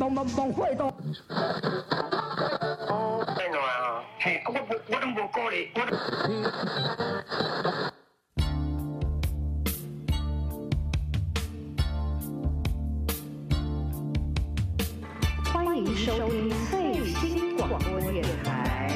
梦会都。 另外啊，嘿，我都无鼓励， 欢迎收听最新广播电台。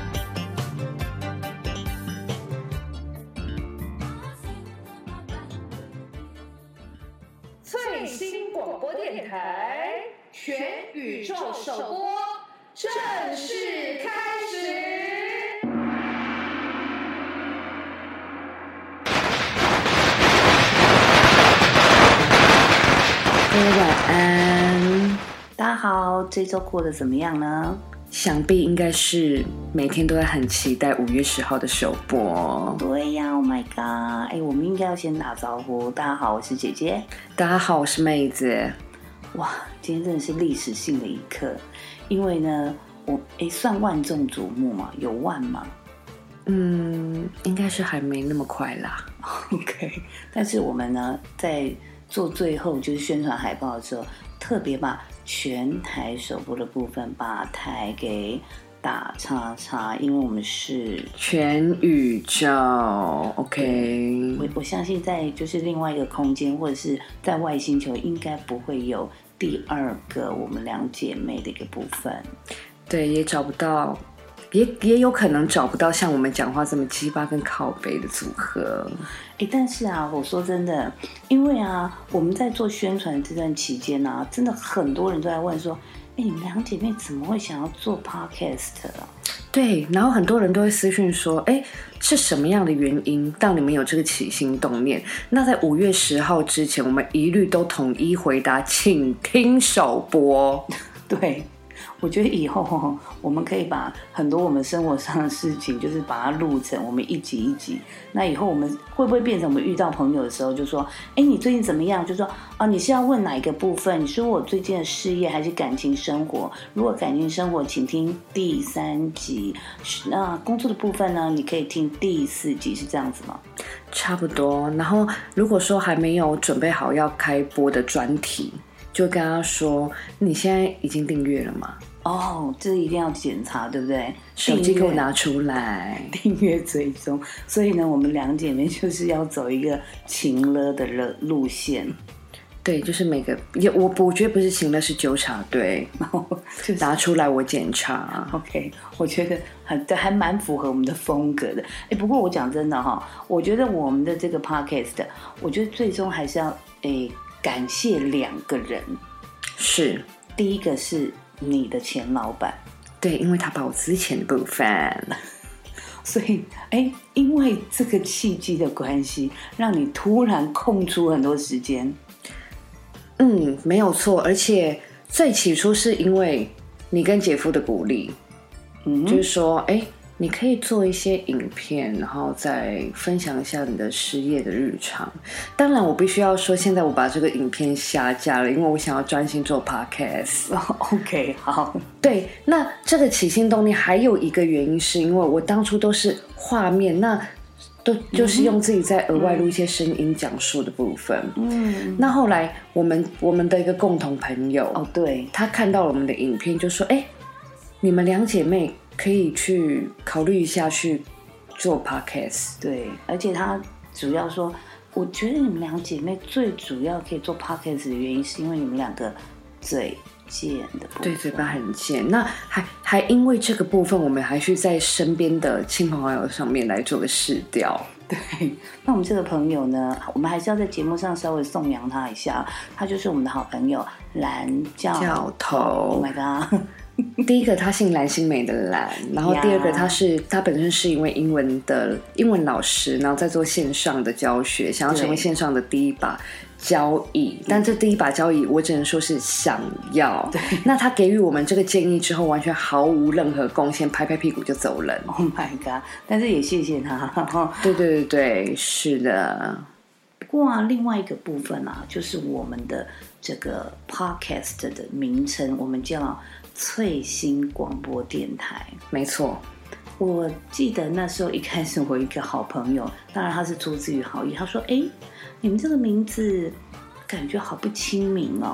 最新广播电台，全宇宙首播，正式开始。 各位晚安， 大家好，这周过得怎么样呢？ 想必应该是每天都在很期待5月10号的首播。 对呀 ，Oh my god！ 我们应该要先打招呼。大家好，我是姐姐。 大家好，我是妹子。 哇，今天真的是历史性的一刻，因为呢，算万众瞩目吗？有万吗？ 应该是还没那么快啦。 OK， 但是我们呢，在做最后就是宣传海报的时候，特别把全台首播的部分把台给打叉叉，因为我们是全宇宙 ，OK。 我相信在就是另外一个空间，或者是在外星球，应该不会有第二个我们两姐妹的一个部分。 对，也找不到，也有可能找不到像我们讲话这么鸡巴跟靠北的组合。 但是啊，我说真的，因为啊，我们在做宣传这段期间啊，真的很多人都在问说，你们两姐妹怎么会想要做 podcast 啊？ 对，然后很多人都会私讯说，是什么样的原因让你们有这个起心动念？那在5月10号之前，我们一律都统一回答，请听首播。 对。我觉得以后我们可以把很多我们生活上的事情，就是把它录成我们一集一集。那以后我们会不会变成我们遇到朋友的时候就说，你最近怎么样？就说你是要问哪一个部分？你说我最近的事业还是感情生活？如果感情生活，请听第3集。那工作的部分呢，你可以听第4集，是这样子吗？ 差不多。然后如果说还没有准备好要开播的专题，就跟他说，你现在已经订阅了吗？ 这一定要检查，对不对？ 手机给我拿出来， 订阅追踪。所以呢，我们两姐妹就是要走一个情勒的路线。 对，就是每个我觉得不是情勒，是纠察队，然后就拿出来我检查。 OK， 我觉得还蛮符合我们的风格的。不过我讲真的哈，我觉得我们的这个 podcast， 我觉得最终还是要感谢2个人。 是， 第一个是你的前老板。 对，因为他把我之前的部分， 所以因为这个契机的关系，让你突然空出很多时间。 没有错，而且最起初是因为你跟姐夫的鼓励，就是说，你可以做一些影片，然后再分享一下你的事业的日常。当然，我必须要说，现在我把这个影片下架了，因为我想要专心做 podcast。 OK， 好。 对，那这个起心动念还有一个原因，是因为我当初都是画面，那都就是用自己在额外录一些声音讲述的部分。那后来我们的一个共同朋友， 对， 他看到了我们的影片，就说：“你们两姐妹可以去考虑一下去做 podcast。” 对，而且他主要说，我觉得你们两姐妹最主要可以做 podcast 的原因，是因为你们两个嘴贱的部分。 对，嘴巴很贱。那还因为这个部分，我们还去在身边的亲朋好友上面来做个试调。 对，那我们这个朋友呢，我们还是要在节目上稍微颂扬他一下，他就是我们的好朋友蓝教头。Oh my god！ 第一个他姓蓝，姓美的蓝，然后第二个他本身是一位英文老师，然后在做线上的教学，想要成为线上的第一把交椅，但这第一把交椅我只能说是想要。对，那他给予我们这个建议之后，完全毫无任何贡献，拍拍屁股就走人。 Oh my god！ 但是也谢谢他。 对，是的。 不过另外一个部分就是我们的这个 podcast 的名称，我们叫翠星广播电台。 没错。 我记得那时候一开始我一个好朋友，当然他是出自于好意，他说你们这个名字感觉好不亲民哦。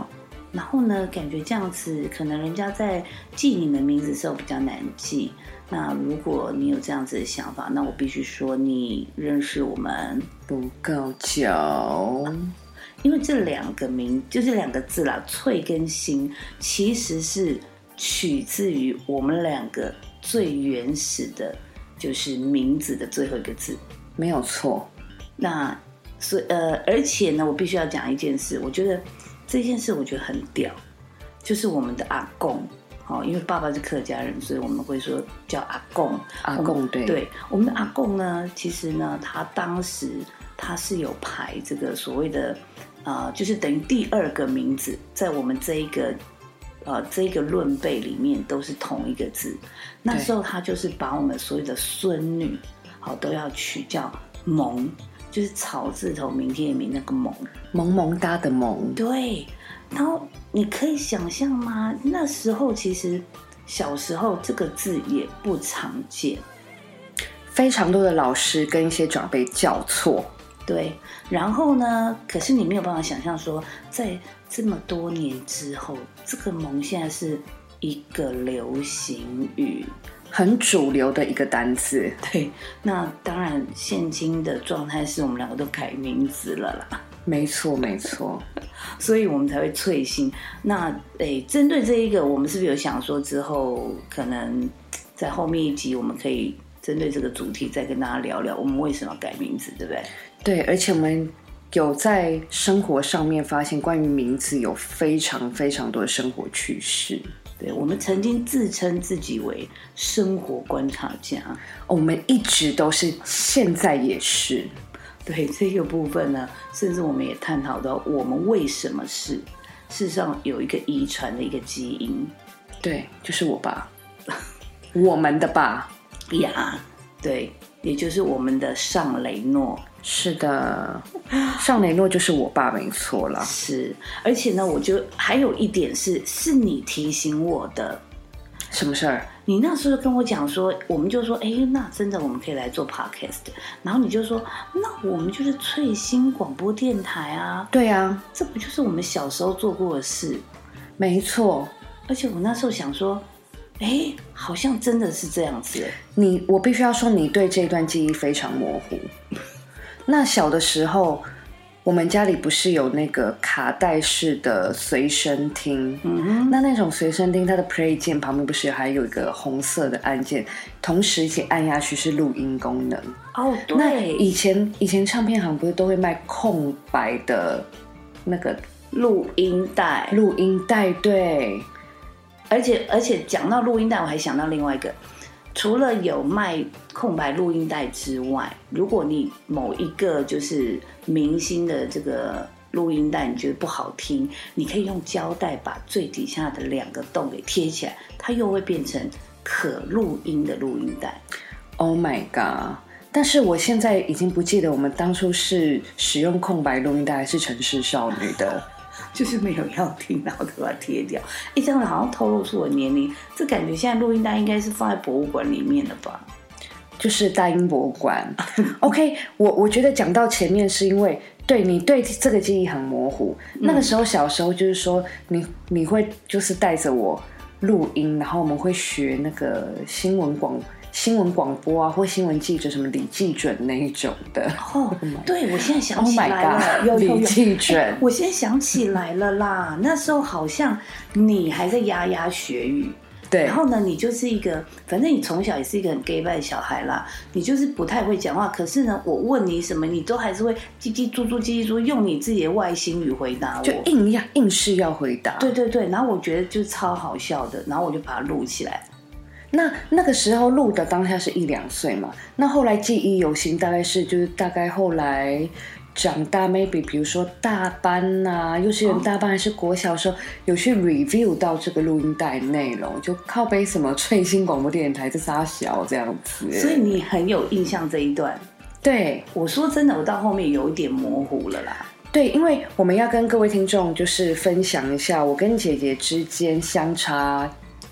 然后呢，感觉这样子可能人家在记你们名字的时候比较难记。那如果你有这样子的想法，那我必须说你认识我们不够久， 因为这两个就是两个字啦，翠跟心，其实是取自于我们两个最原始的，就是名字的最后一个字， 没有错。 那所以而且呢，我必须要讲一件事，我觉得这件事我觉得很屌，就是我们的阿公。因为爸爸是客家人，所以我们会说叫阿公。 阿公对， 我们的阿公呢，其实呢，他当时他是有排这个所谓的就是等于第二个名字，在我们这一个论辈里面都是同一个字。那时候他就是把我们所有的孙女，都要取叫蒙，就是草字头明天的明那个蒙， 萌萌哒的萌。 对。然后你可以想象吗？那时候其实小时候这个字也不常见， 非常多的老师跟一些长辈叫错。 对，然后呢，可是你没有办法想象说，在这么多年之后，这个萌现在是一个流行语， 很主流的一个单字。 对，那当然现今的状态是我们两个都改名字了啦。 没错没错， 所以我们才会脆心。那针对这一个，我们是不是有想说之后可能在后面一集我们可以针对这个主题再跟大家聊聊我们为什么要改名字，对不对？ 对，而且我们有在生活上面发现关于名字有非常非常多的生活趣事。 对，我们曾经自称自己为生活观察家， 我们一直都是，现在也是。 对这个部分呢，甚至我们也探讨到我们为什么是，事实上有一个遗传的一个基因。 对，就是我爸，我们的爸呀，对，也就是我们的尚雷诺。 是的，尚雷诺就是我爸，没错啦。 是，而且呢，我觉得还有一点是你提醒我的。 什么事儿？ 你那时候跟我讲说，我们就说，那真的我们可以来做 podcast， 然后你就说，那我们就是翠星广播电台啊。 对啊， 这不就是我们小时候做过的事？ 没错。 而且我那时候想说，好像真的是这样子。 我必须要说，你对这一段记忆非常模糊。那小的时候，我们家里不是有那个卡带式的随身听，那种随身听，它的 play 键旁边不是还有一个红色的按键，同时一起按下去是录音功能。 哦，对。 那以前唱片行不是都会卖空白的那个录音带？录音带，对。 而且讲到录音带，我还想到另外一个。除了有卖空白录音带之外，如果你某一个就是明星的这个录音带你觉得不好听，你可以用胶带把最底下的2个洞给贴起来，它又会变成可录音的录音带。 Oh my god！ 但是我现在已经不记得我们当初是使用空白录音带还是城市少女的。 就是没有要听，然后就把它贴掉。这样好像透露出我年龄，这感觉现在录音带应该是放在博物馆里面的吧？ 就是大英博物馆。OK， 我觉得讲到前面是因为对你对这个记忆很模糊。那个时候小时候就是说你会就是带着我录音，然后我们会学那个新闻广播啊，或新闻记者什么李济准那一种的。 对，我现在想起来了， 有李济准， 我现在想起来了啦。那时候好像你还在牙牙学语，对，然后呢，你就是一个，反正你从小也是一个很 gay 拜的小孩啦，你就是不太会讲话，可是呢，我问你什么，你都还是会叽叽猪猪叽叽猪，用你自己的外星语回答我， 就硬是要回答。 对对对，然后我觉得就超好笑的，然后我就把它录起来。 那个时候录的当下是1-2岁嘛，那后来记忆犹新，大概后来长大 maybe 比如说大班啊，幼稚园大班还是国小的时候，有去 review 到这个录音带内容，就靠背什么翠星广播电台这仨小这样子。 所以你很有印象这一段？ 对， 我说真的，我到后面有一点模糊了啦。 对，因为我们要跟各位听众就是分享一下，我跟姐姐之间相差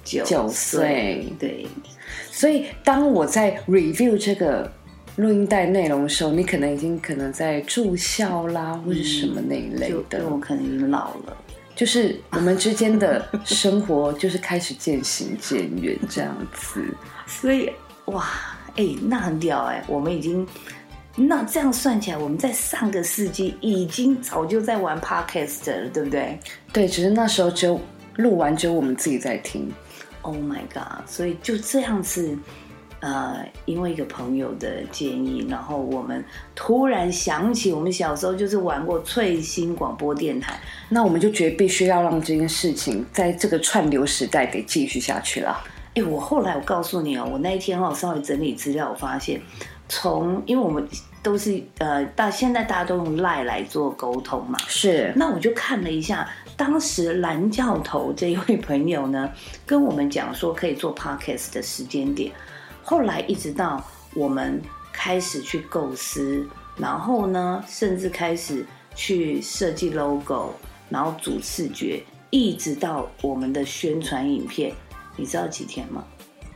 9岁， 对， 所以当我在 review 这个录音带内容的时候，你可能已经在住校啦，或是什么那一类的， 我可能已经老了。 就是我们之间的生活就是开始渐行渐远这样子。 所以哇，那很屌我们已经。那这样算起来，我们在上个世纪已经早就在玩 podcast 了，对不对？ 对，只是那时候只有录完只有我们自己在听。 Oh my god！ 所以就这样子，因为一个朋友的建议，然后我们突然想起我们小时候就是玩过翠星广播电台， 那我们就觉得必须要让这件事情在这个串流时代给继续下去了。 我后来我告诉你我那一天稍微整理资料，我发现因为我们都是现在大家都用 LINE 来做沟通嘛， 是。 那我就看了一下，当时蓝教头这一位朋友呢，跟我们讲说可以做 podcast 的时间点，后来一直到我们开始去构思，然后呢，甚至开始去设计 logo， 然后组视觉，一直到我们的宣传影片，你知道几天吗？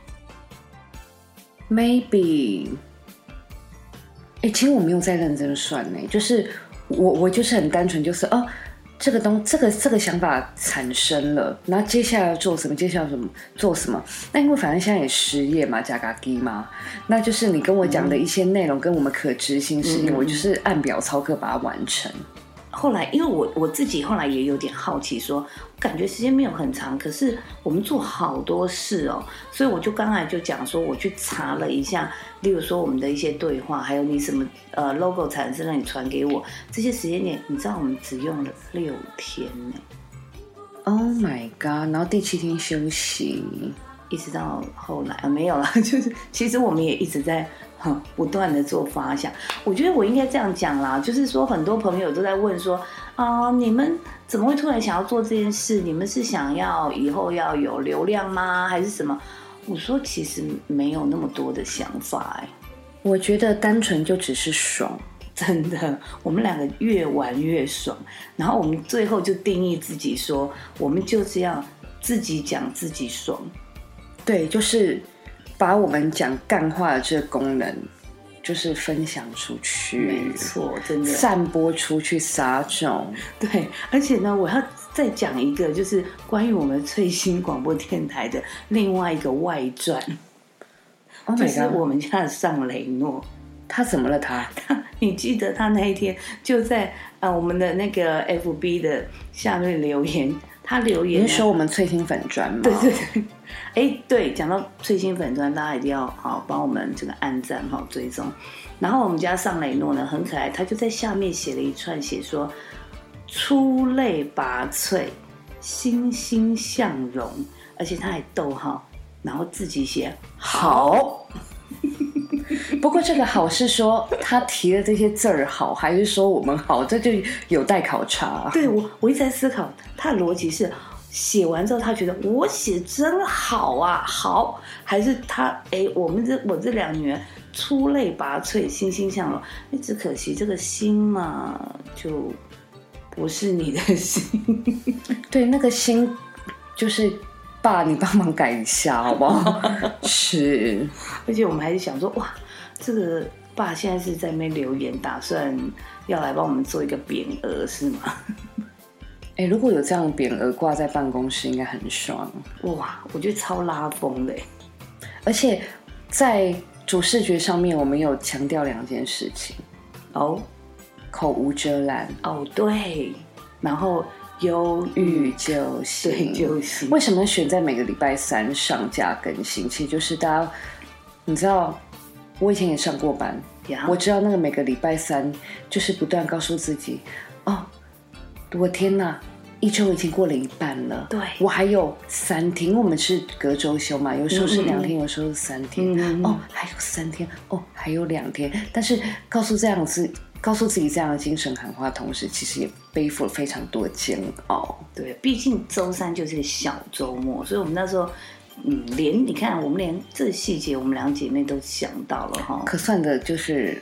Maybe。其实我没有在认真算呢，就是我就是很单纯，就是这个想法产生了，然后接下来要做什么，接下来做什么。那因为反正现在也失业嘛，加嘎基嘛，那就是你跟我讲的一些内容跟我们可执行事情，我就是按表操课把它完成。 后来，因为我自己后来也有点好奇说，感觉时间没有很长，可是我们做好多事所以我就刚才就讲说，我去查了一下，例如说我们的一些对话，还有你什么logo 产生了，你传给我这些时间点，你知道我们只用了6天呢。 Oh my god！ 然后第7天休息， 一直到后来没有了，就是其实我们也一直在不断的做发想。我觉得我应该这样讲啦，就是说很多朋友都在问说你们怎么会突然想要做这件事？你们是想要以后要有流量吗？还是什么？我说其实没有那么多的想法我觉得单纯就只是爽。 真的，我们两个越玩越爽，然后我们最后就定义自己说，我们就是要自己讲自己爽。 对，就是把我们讲干话的这个功能，就是分享出去， 没错，真的散播出去，撒种。 对，而且呢，我要再讲一个，就是关于我们翠星广播电台的另外一个外传，就是我们家的尚雷诺。 他怎么了他？ 你记得他那一天就在我们的那个 FB 的下面留言，他留言你是说我们翠星粉专吗？ 对对对，对，讲到翠星粉专，大家一定要帮我们这个按赞追踪。然后我们家尚雷诺呢很可爱，他就在下面写了一串，写说出类拔萃，欣欣向荣，而且他还逗号，然后自己写好。 不过这个好是说他提的这些字儿好，还是说我们好，这就有待考察。 对，我一直在思考他的逻辑是写完之后他觉得我写真好啊，好，还是他我这两女儿出类拔萃，欣欣向荣，只可惜这个心嘛就不是你的心。 对，那个心就是爸，你帮忙改一下好不好？是， 而且我们还是想说，哇，这个爸现在是在那边留言，打算要来帮我们做一个匾额是吗？ 如果有这样的匾额挂在办公室，应该很爽。 哇，我觉得超拉风的。 而且在主视觉上面，我们有强调2件事情。口无遮拦。 对，然后忧郁就行，对，就行。 为什么选在每个礼拜3上架更新？其实就是大家，你知道，我以前也上过班，我知道那个每个礼拜3就是不断告诉自己，我天哪，1周已经过了一半了， 对， 我还有3天，因为我们是隔周休嘛，有时候是2天，有时候是3天，还有3天，还有2天，但是告诉自己这样的精神喊话的同时，其实也背负了非常多的煎熬。 对，毕竟周3就是小周末，所以我们那时候，你看，我们连这个细节，我们2姐妹都想到了哈。 可算的就是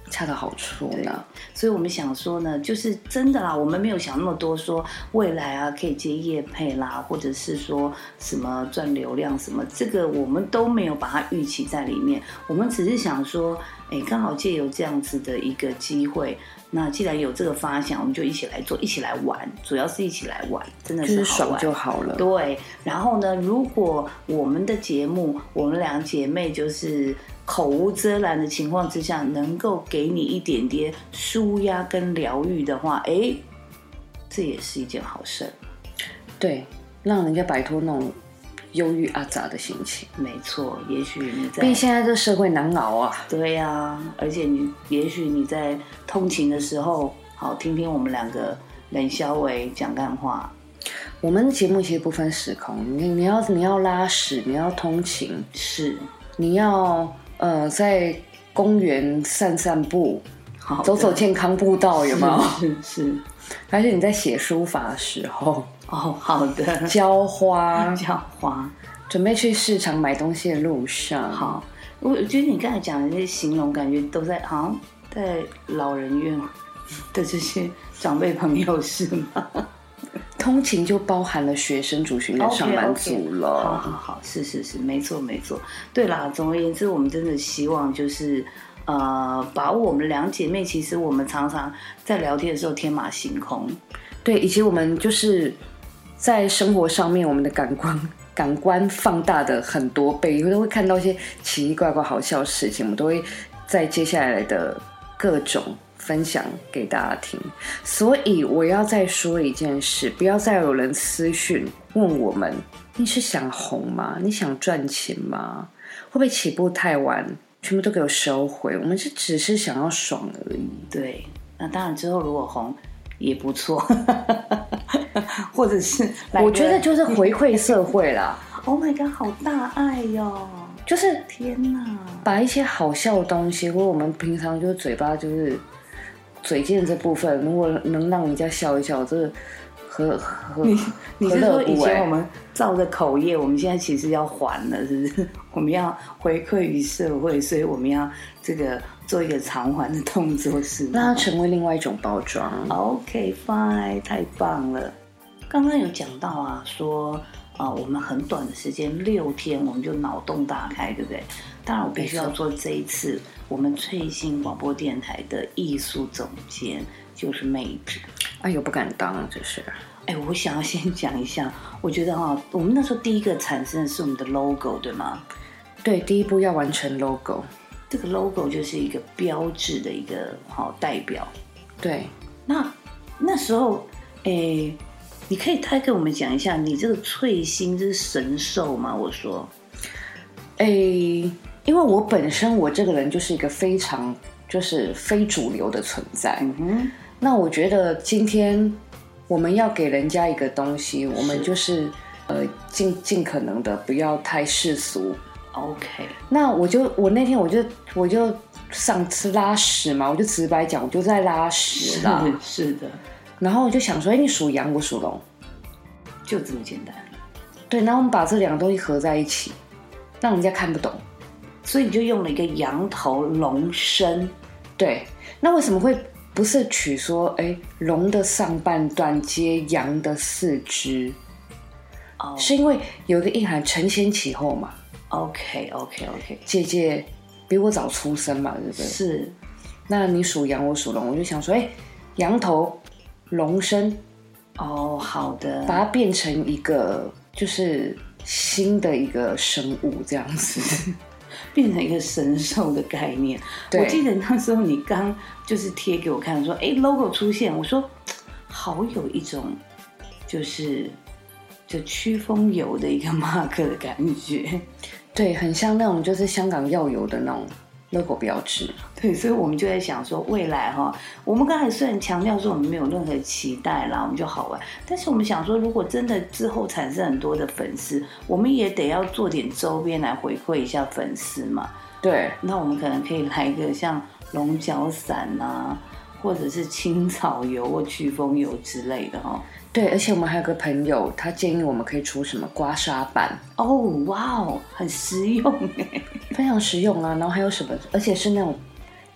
恰到好处呢。 所以我们想说呢，就是真的啦，我们没有想那么多，说未来啊可以接业配啦，或者是说什么赚流量什么，这个我们都没有把它预期在里面。我们只是想说，刚好借由这样子的一个机会，那既然有这个发想，我们就一起来做，一起来玩，主要是一起来玩，真的是好玩， 爽就好了。 对，然后呢，如果我们的节目，我们两姐妹就是口无遮拦的情况之下，能够给你一点点舒压跟疗愈的话，这也是一件好事。 对，让人家摆脱那种忧郁阿杂的心情。 没错，也许你在， 毕竟现在这社会难熬啊。 对啊，而且也许你在通勤的时候，好听听我们两个冷笑微讲干话。 我们节目其实不分时空，你要拉屎，你要通勤， 是你要在公园散步，走走健康步道，有没有？ 是。 而且你在写书法的时候， 好的， 浇花，准备去市场买东西的路上， 好。我觉得你刚才讲的那些形容，感觉都在好像在老人院的这些长辈朋友是吗？ 通勤就包含了学生族群跟上班族了。 好，是，没错。对啦，总而言之，我们真的希望就是把我们两姐妹，其实我们常常在聊天的时候天马行空。 对，以及我们就是在生活上面，我们的感官放大的很多倍，都会看到一些奇奇怪怪好笑的事情，我们都会在接下来的各种分享给大家听。所以我要再说一件事，不要再有人私讯问我们，你是想红吗？你想赚钱吗？会不会起步太晚？全部都给我收回，我们只是想要爽而已。 对，那当然之后如果红也不错，或者是我觉得就是回馈社会啦。 Oh my god， 好大爱哟！ 就是天哪， 把一些好笑的东西，或者我们平常就是嘴巴就是嘴贱这部分，如果能让人家笑一笑，这个你是说以前我们造的口业，我们现在其实要还了，是不是？我们要回馈于社会，所以我们要这个做一个偿还的动作，是吗？ 让它成为另外一种包装。 OK fine， 太棒了。刚刚有讲到啊，说我们很短的时间6天，我们就脑洞大开，对不对？当然，我必须要做这一次我们翠星广播电台的艺术总监，就是妹子。 哎呦，不敢当，这是。 我想要先讲一下，我觉得我们那时候第一个产生的是我们的 logo， 对吗？ 对，第一步要完成 logo， 这个 logo 就是一个标志的一个代表。对，那时候，你可以再跟我们讲一下，你这个翠星这是神兽吗？我说， 因为我本身我这个人就是一个非常就是非主流的存在。那我觉得今天我们要给人家一个东西，我们就是尽可能的不要太世俗。 OK， 那我那天我就上次拉屎嘛，我就直白讲，我就在拉屎啦。 是的。 然后我就想说，你属羊，我属龙， 就这么简单。 对，然后我们把这两个东西合在一起，让人家看不懂， 所以你就用了一个羊头龙身。 对，那为什么会不是取说，龙的上半段接羊的四肢？是因为有一个意涵承先启后嘛。 OK， 姐姐比我早出生嘛，对不对？ 是。 那你属羊，我属龙，我就想说，羊头龙身， 好的， 把它变成一个就是新的一个生物这样子， 变成一个神兽的概念。我记得那时候你刚就是贴给我看说，logo 出现，我说好有一种就驱风油的一个 mark 的感觉。 对，很像那种就是香港药油的那种 logo 标志。 对，所以我们就在想说，未来我们刚才虽然强调说我们没有任何期待啦，我们就好玩，但是我们想说，如果真的之后产生很多的粉丝，我们也得要做点周边来回馈一下粉丝嘛。 对， 那我们可能可以来一个像龙角散啊，或者是青草油或驱风油之类的对，而且我们还有个朋友，他建议我们可以出什么刮痧板。 哇哦，很实用非常实用啊。然后还有什么？而且是那种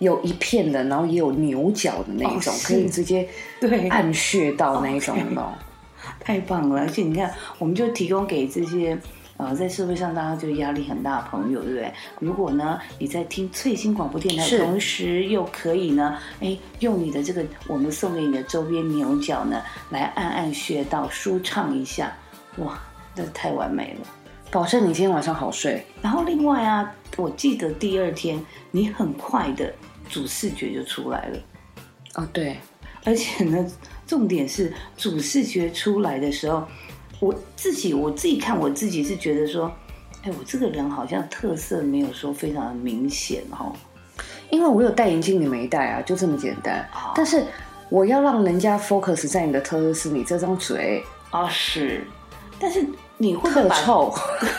有一片的，然后也有牛角的那一种，可以直接按穴道那一种哦， 太棒了！而且你看，我们就提供给这些在社会上大家就压力很大的朋友，对不对？如果呢你在听翠星广播电台的同时，又可以呢，用你的这个我们送给你的周边牛角呢，来按按穴道，舒畅一下，哇，这太完美了， 保证你今天晚上好睡。 然后另外啊，我记得第二天你很快的主视觉就出来了。 哦，对， 而且呢，重点是主视觉出来的时候，我自己看我自己是觉得说，我这个人好像特色没有说非常的明显哦。 因为我有戴眼镜，你没戴啊，就这么简单。但是我要让人家 focus 在你的特色是你这张嘴是，但是你会特臭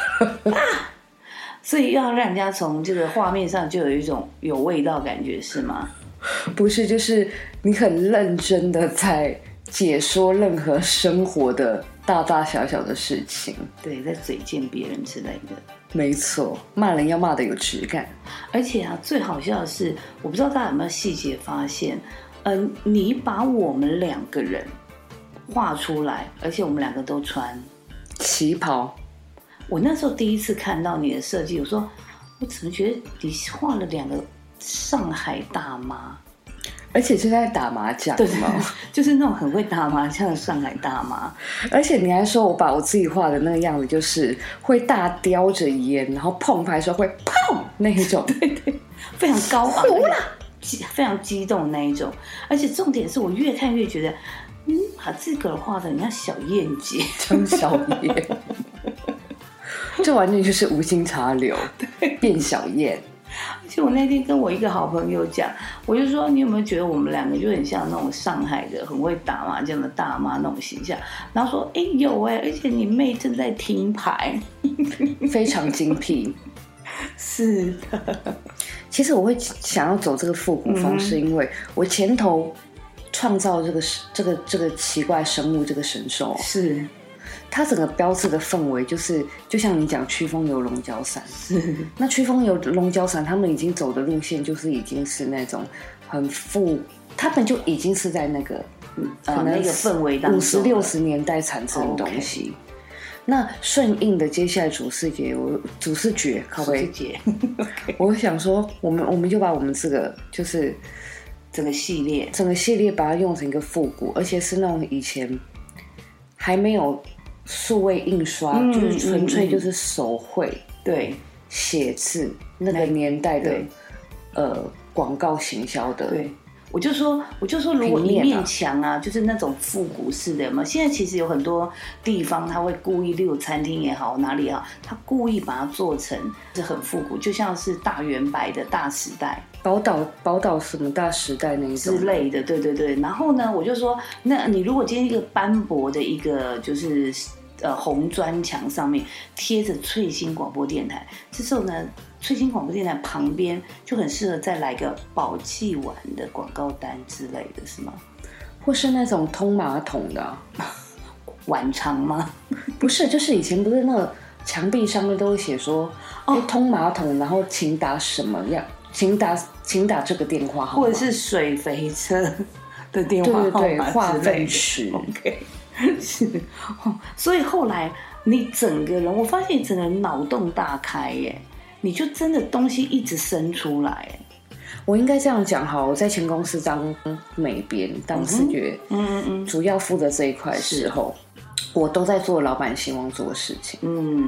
所以要让人家从这个画面上就有一种有味道感觉，是吗？ 不是，就是你很认真的在解说任何生活的大大小小的事情， 对，在嘴贱别人之类的。 没错，骂人要骂得有质感。 而且啊，最好笑的是，我不知道大家有没有细节发现，你把我们两个人画出来，而且我们两个都穿旗袍。 我那时候第一次看到你的设计，我说我怎么觉得你画了两个上海大妈， 而且是在打麻将， 对吗？就是那种很会打麻将的上海大妈。 而且你还说我把我自己画的那个样子，就是会大叼着烟，然后碰拍的时候会砰那一种， 对，非常高昂，非常激动的那一种。而且重点是我越看越觉得，把自个儿画的很像小燕姐， 张小燕。这完全就是无心插柳，变小燕。 而且我那天跟我一个好朋友讲，我就说你有没有觉得我们两个就很像那种上海的很会打麻将的大妈那种形象？然后说有而且你妹正在听牌， 非常精辟。 是的， 其实我会想要走这个复古方式，因为我前头创造这个奇怪生物这个神兽是。 它整个标志的氛围就像你讲曲风游龙角散， 是那曲风游龙角散他们已经走的路线就是已经是那种很他们就已经是在那个可能那个氛围当中 50、60年代产生的东西。那顺应的接下来主视觉靠背，我想说我们就把我们这个就是整个系列把它用成一个复古，而且是那种以前还没有数位印刷，就是纯粹就是手绘， 对， 写字那个年代的广告行销的。 对，我就说，如果一面墙啊，就是那种复古式的嘛。现在其实有很多地方，他会故意，例如餐厅也好，哪里也好，他故意把它做成是很复古，就像是大圆白的大时代。宝岛什么大时代那一种之类的，对。然后呢，我就说，那你如果今天一个斑驳的一个就是红砖墙上面贴着翠星广播电台，这时候呢，翠星广播电台旁边就很适合再来个宝气丸的广告单之类的，是吗？ 或是那种通马桶的碗肠吗？ 不是，就是以前不是那个墙壁上面都会写说通马桶，然后请打什么样。请打这个电话号码， 或者是水肥车的电话号码， 化粪池。 OK， 是。所以后来你整个人，我发现你整个人脑洞大开耶，你就真的东西一直生出来耶。 我应该这样讲哈，我在前公司当美编，当视觉，主要负责这一块的时候，我都在做老板希望做的事情。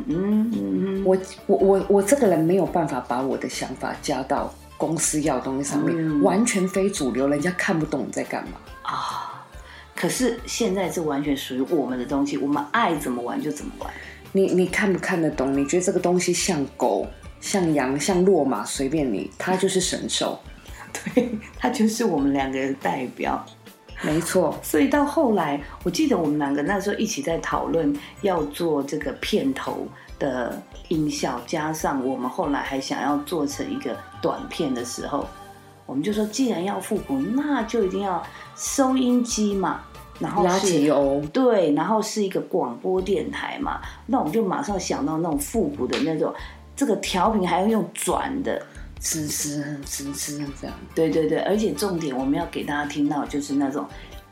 我这个人没有办法把我的想法加到公司要的东西上面，完全非主流，人家看不懂你在干嘛啊。可是现在是完全属于我们的东西，我们爱怎么玩就怎么玩。 你看不看得懂？你觉得这个东西像狗、像羊、像骆马，随便你，它就是神兽。 对，它就是我们两个人的代表。 没错， 所以到后来，我记得我们两个那时候一起在讨论要做这个片头的音效，加上我们后来还想要做成一个短片的时候，我们就说，既然要复古，那就一定要收音机嘛，然后拉吉欧， 对，然后是一个广播电台嘛，那我们就马上想到那种复古的那种，这个调频还要用转的。 滋滋滋滋这样。 对对对，而且重点我们要给大家听到就是那种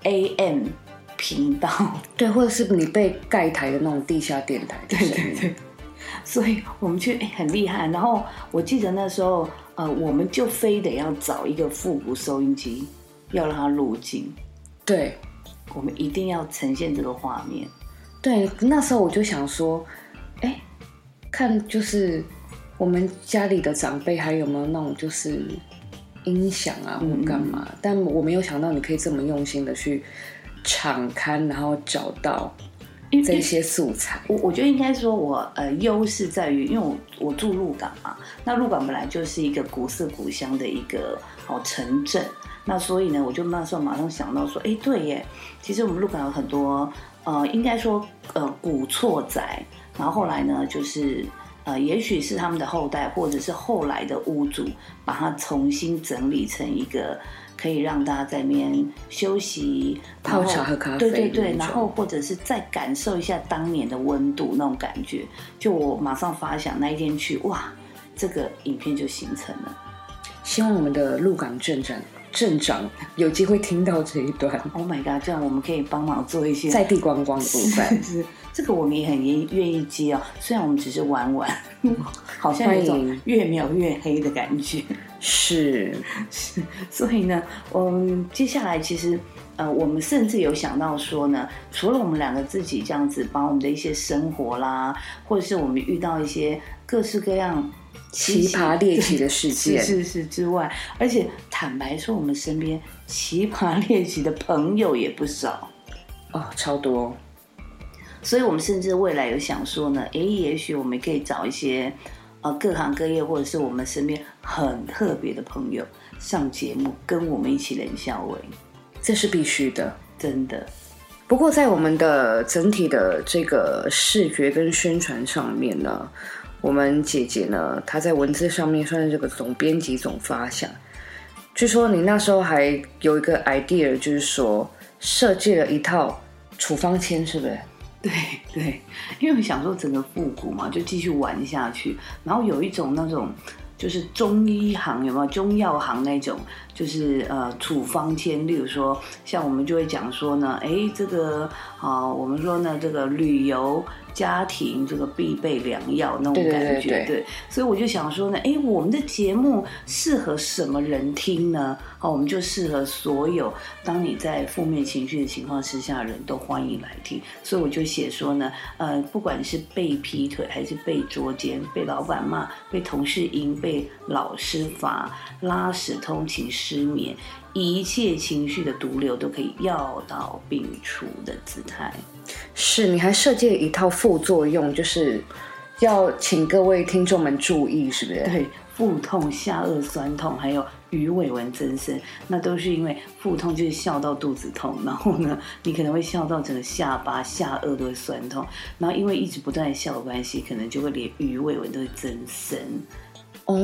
AM 频道， 对，或者是你被盖台的那种地下电台的声音。 对对对，所以我们去很厉害。然后我记得那时候我们就非得要找一个复古收音机，要让它录进， 对， 我们一定要呈现这个画面。 对，那时候我就想说，哎，看就是我们家里的长辈还有没有那种就是音响啊或干嘛，但我没有想到你可以这么用心的去敞开，然后找到这些素材。 我觉得应该说我优势在于，因为我住鹿港嘛，那鹿港本来就是一个古色古香的一个城镇，那所以呢，我就那时候马上想到说，哎，对耶，其实我们鹿港有很多应该说古厝宅，然后后来呢就是也许是他们的后代或者是后来的屋主把它重新整理成一个可以让大家在那边休息泡茶喝咖啡， 对对对，然后或者是再感受一下当年的温度那种感觉，就我马上发想那一天去，哇，这个影片就形成了。 希望我们的鹿港镇长有机会听到这一段。 Oh my god！ 这样我们可以帮忙做一些在地观光的部分。 是这个我们也很愿意接哦。虽然我们只是玩玩，好像有一种越描越黑的感觉。 是， 所以呢，接下来其实我们甚至有想到说呢，除了我们两个自己这样子把我们的一些生活啦，或者是我们遇到一些各式各样奇葩猎奇的事件是之外，而且坦白说，我们身边奇葩猎奇的朋友也不少哦，超多。 所以我们甚至未来有想说呢，也许我们可以找一些各行各业或者是我们身边很特别的朋友上节目，跟我们一起冷笑话， 这是必须的， 真的。 不过在我们的整体的这个视觉跟宣传上面呢，我们姐姐呢，她在文字上面算是这个总编辑总发想。据说你那时候还有一个 idea， 就是说设计了一套处方签，是不是？ 对对，因为我想说整个复古嘛，就继续玩下去。然后有一种那种就是中医行有没有中药行那种，就是处方签，例如说像我们就会讲说呢，这个我们说呢这个旅游家庭这个必备良药那种感觉，对，所以我就想说呢，我们的节目适合什么人听呢？我们就适合所有当你在负面情绪的情况之下，人都欢迎来听。所以我就写说呢，不管是被劈腿，还是被捉奸，被老板骂，被同事阴，被老师罚，拉屎、通勤、失眠，一切情绪的毒瘤都可以药到病除的姿态。 是，你还设计了一套副作用，就是要请各位听众们注意，是不是？ 对，腹痛、下颚酸痛，还有鱼尾纹增生，那都是因为腹痛就是笑到肚子痛，然后呢，你可能会笑到整个下巴、下颚都会酸痛，然后因为一直不断的笑的关系，可能就会连鱼尾纹都会增生。 Oh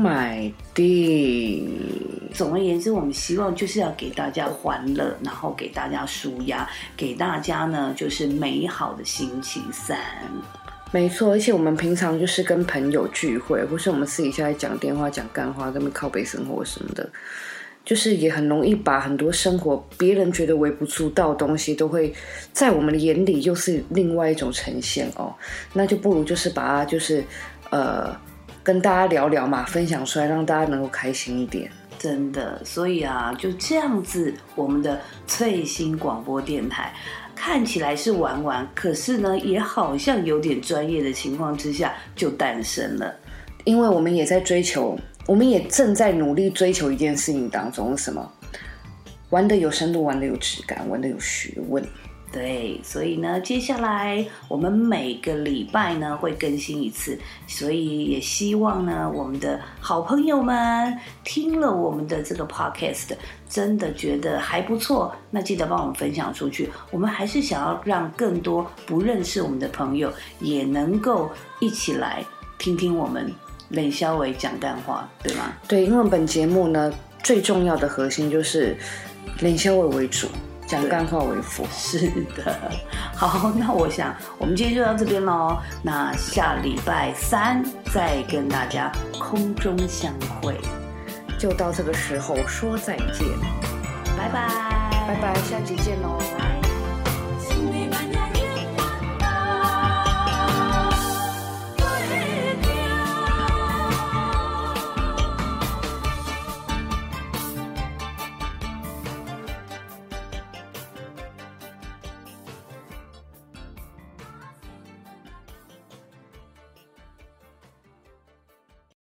my god！ 总而言之，我们希望就是要给大家欢乐，然后给大家抒压，给大家呢就是美好的星期三。 没错，而且我们平常就是跟朋友聚会，或是我们私底下在讲电话、讲干话，跟他们靠北生活什么的，就是也很容易把很多生活别人觉得微不足道的东西，都会在我们的眼里又是另外一种呈现哦。那就不如就是把它就是跟大家聊聊嘛，分享出来，让大家能够开心一点。 真的，所以啊，就这样子，我们的翠星广播电台看起来是玩玩，可是呢，也好像有点专业的情况之下就诞生了。 因为我们也在追求，我们也正在努力追求一件事情当中，什么？玩得有深度，玩得有质感，玩得有学问。 对，所以呢，接下来我们每个礼拜呢会更新一次，所以也希望呢我们的好朋友们听了我们的这个 podcast， 真的觉得还不错，那记得帮我们分享出去。我们还是想要让更多不认识我们的朋友也能够一起来听听我们冷笑话讲干话，对吗？ 对，因为本节目呢最重要的核心就是冷笑话为主。 讲干话为辅。 是的，好，那我想我们今天就到这边喽。那下礼拜3再跟大家空中相会， 就到这个时候说再见， 拜拜， 拜拜，下集见喽。